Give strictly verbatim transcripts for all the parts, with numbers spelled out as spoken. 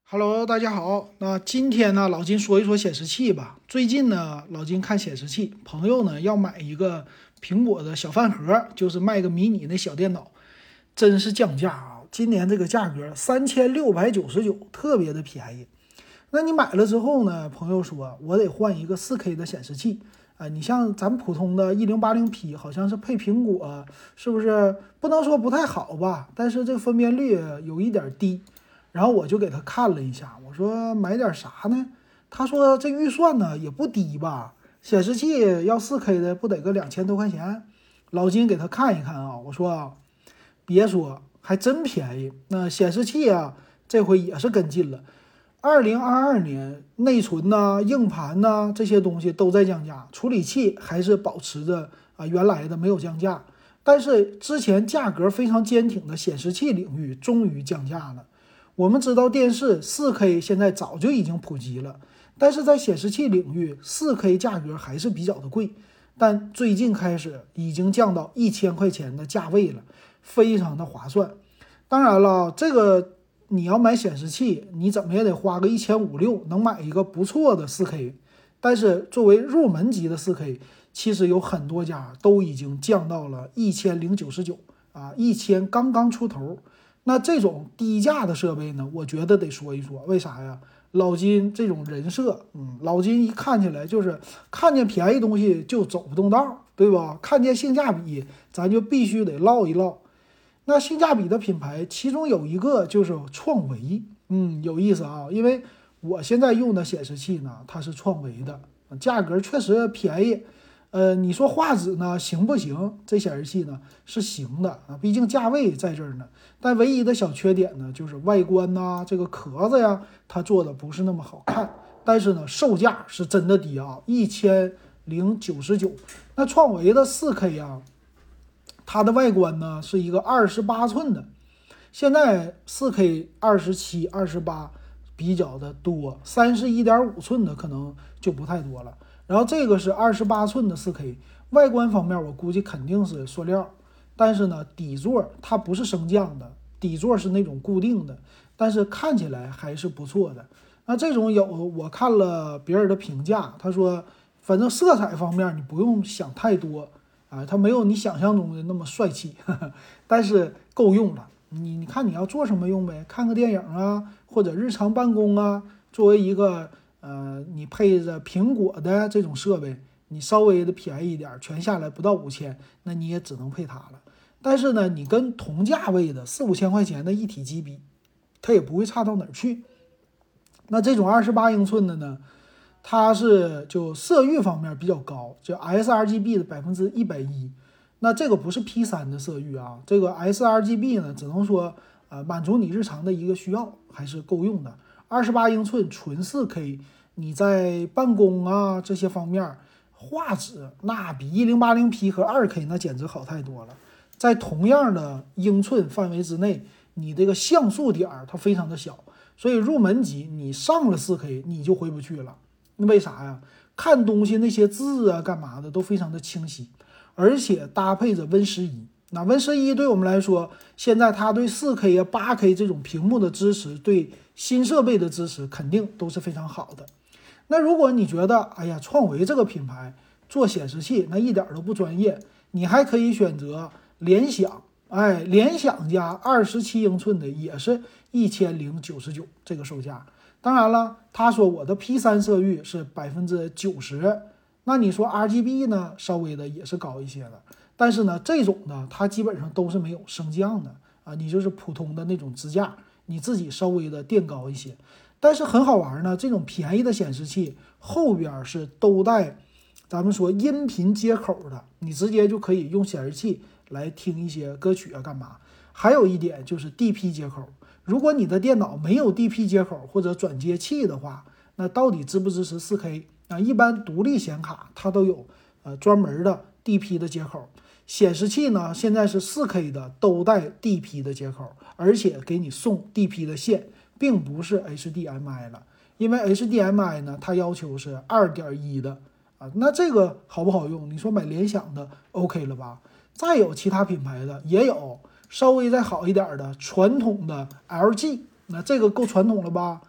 Hello，大家好。那今天呢，老金说一说显示器吧。最近呢，老金看显示器，朋友呢要买一个苹果的小饭盒，就是卖个迷你那小电脑，真是降价啊！今年这个价格三千六百九十九，特别的便宜。那你买了之后呢，朋友说我得换一个 四 K 的显示器啊、呃你像咱普通的 一零八零 P，好像是配苹果，是不是不能说不太好吧？但是这个分辨率有一点低。然后我就给他看了一下，我说买点啥呢？他说这预算呢也不低吧，显示器要 四 K 的不得个两千多块钱。老金给他看一看啊，我说啊，别说，还真便宜。那显示器啊，这回也是跟进了。二零二二年内存呐、硬盘呐、这些东西都在降价，处理器还是保持着啊原来的没有降价，但是之前价格非常坚挺的显示器领域终于降价了。我们知道电视 四 K 现在早就已经普及了，但是在显示器领域 四 K 价格还是比较的贵，但最近开始已经降到一千块钱的价位了，非常的划算。当然了，这个你要买显示器，你怎么也得花个一千五六，能买一个不错的 四 K。但是作为入门级的 四 K， 其实有很多家都已经降到了一千零九十九啊，一千刚刚出头。那这种低价的设备呢，我觉得得说一说，为啥呀？老金这种人设，嗯，老金一看起来就是看见便宜东西就走不动道，对吧？看见性价比，咱就必须得唠一唠。那性价比的品牌，其中有一个就是创维，嗯，有意思啊，因为我现在用的显示器呢，它是创维的，价格确实便宜。呃，你说画质呢行不行？这显示器呢是行的啊，毕竟价位在这儿呢。但唯一的小缺点呢，就是外观呐、这个壳子呀，它做的不是那么好看。但是呢，售价是真的低啊，一千零九十九。那创维的四 K 啊，它的外观呢是一个二十八寸的，现在 四 K 二十七、二十八比较的多，三十一点五寸的可能就不太多了。然后这个是二十八寸的 四 K， 外观方面我估计肯定是塑料，但是呢底座它不是升降的，底座是那种固定的，但是看起来还是不错的。那这种有我看了别人的评价，他说反正色彩方面你不用想太多啊，它没有你想象中的那么帅气，呵呵，但是够用了。你你看你要做什么用呗？看个电影啊，或者日常办公啊，作为一个呃，你配着苹果的这种设备，你稍微的便宜一点，全下来不到五千，那你也只能配它了。但是呢，你跟同价位的四五千块钱的一体机比，它也不会差到哪儿去。那这种二十八英寸的呢，它是就色域方面比较高，就 sRGB 的百分之一百一。那这个不是 P 三 的色域啊，这个 sRGB 呢，只能说呃满足你日常的一个需要，还是够用的。二十八英寸纯 四 K， 你在办公啊这些方面，画质那比一零八零 P 和 二 K 那简直好太多了。在同样的英寸范围之内，你这个像素点它非常的小，所以入门级你上了 四 K 你就回不去了。那为啥呀？看东西那些字啊干嘛的都非常的清晰，而且搭配着 Win 十一。那 Win 十一对我们来说，现在它对 四 K 啊、八 K 这种屏幕的支持，对新设备的支持肯定都是非常好的。那如果你觉得，哎呀，创维这个品牌做显示器那一点都不专业，你还可以选择联想，哎，联想家二十七英寸的也是一千零九十九这个售价。当然了，他说我的 P 三 色域是百分之九十，那你说 R G B 呢，稍微的也是高一些的。但是呢，这种呢，它基本上都是没有升降的啊，你就是普通的那种支架，你自己稍微的垫高一些。但是很好玩呢，这种便宜的显示器后边是都带咱们说音频接口的，你直接就可以用显示器来听一些歌曲啊，干嘛？还有一点就是 D P 接口，如果你的电脑没有 D P 接口或者转接器的话，那到底支不支持 四 K 啊？一般独立显卡它都有呃专门的 D P 的接口。显示器呢，现在是 四 K 的都带 D P 的接口，而且给你送 D P 的线，并不是 H D M I 了。因为 H D M I 呢，它要求是 二点一 的啊，那这个好不好用？你说买联想的 OK 了吧？再有其他品牌的也有，稍微再好一点的传统的 L G， 那这个够传统了吧？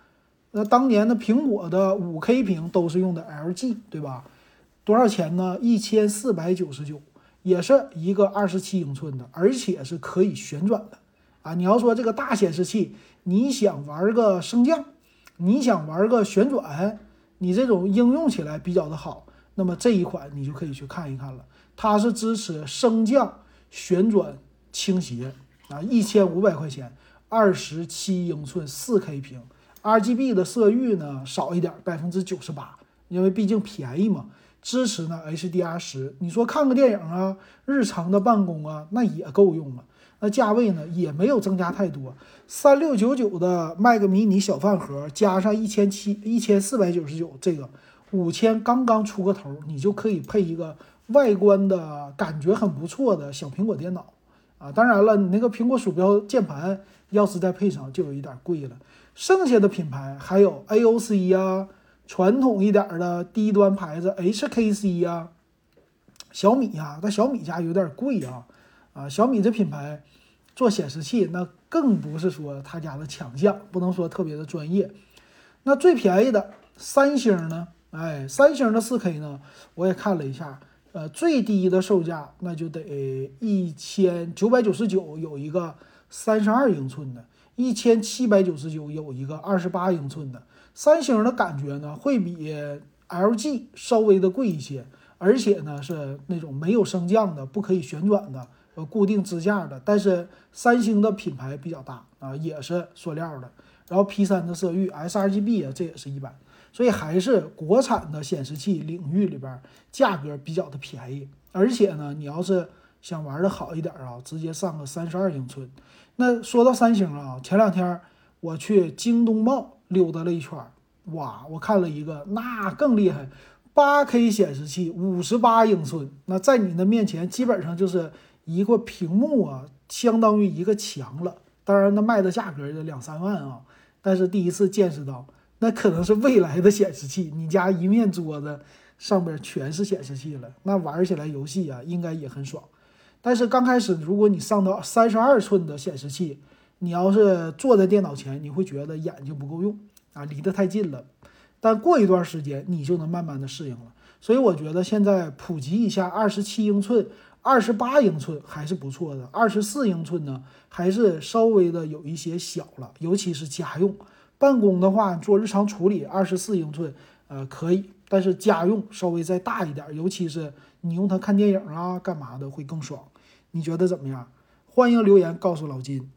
那当年的苹果的五 K 屏都是用的 L G， 对吧？多少钱呢？一千四百九十九，也是一个二十七英寸的，而且是可以旋转的啊。你要说这个大显示器，你想玩个升降，你想玩个旋转，你这种应用起来比较的好，那么这一款你就可以去看一看了。它是支持升降、旋转、倾斜啊，一千五百块钱，二十七英寸四 K 屏 ，R G B 的色域呢少一点，百分之九十八，因为毕竟便宜嘛。支持呢 H D R 十，你说看个电影啊，日常的办公啊，那也够用了。那价位呢也没有增加太多，三六九九的 Mac mini 小饭盒加上一千七一千四百九十九，这个五千刚刚出个头，你就可以配一个外观的感觉很不错的小苹果电脑啊。当然了，你那个苹果鼠标键盘要是再配上就有一点贵了。剩下的品牌还有 A O C 啊。传统一点的低端牌子 H K C 呀、啊，小米呀、啊，但小米家有点贵啊，啊，小米这品牌做显示器那更不是说他家的强项，不能说特别的专业。那最便宜的三星呢？哎，三星的 四 K 呢，我也看了一下，呃，最低的售价那就得一千九百九十九，有一个三十二英寸的，一千七百九十九有一个二十八英寸的。三星的感觉呢，会比 L G 稍微的贵一些，而且呢是那种没有升降的、不可以旋转的、呃固定支架的。但是三星的品牌比较大啊，也是塑料的。然后 P 三 的色域 sRGB 啊，这也是一般，所以还是国产的显示器领域里边价格比较的便宜。而且呢，你要是想玩的好一点啊，直接上个三十二英寸。那说到三星啊，前两天我去京东茂溜达了一圈，哇，我看了一个，那更厉害，八 K 显示器，五十八英寸，那在你的面前基本上就是一个屏幕啊，相当于一个墙了。当然，那卖的价格就两三万啊，但是第一次见识到，那可能是未来的显示器，你家一面桌子上边全是显示器了，那玩起来游戏啊，应该也很爽。但是刚开始，如果你上到三十二寸的显示器，你要是坐在电脑前，你会觉得眼睛不够用啊，离得太近了。但过一段时间，你就能慢慢的适应了。所以我觉得现在普及一下二十七英寸、二十八英寸还是不错的。二十四英寸呢，还是稍微的有一些小了，尤其是家用。办公的话，做日常处理，二十四英寸，呃，可以。但是家用稍微再大一点，尤其是你用它看电影啊、干嘛的会更爽。你觉得怎么样？欢迎留言告诉老金。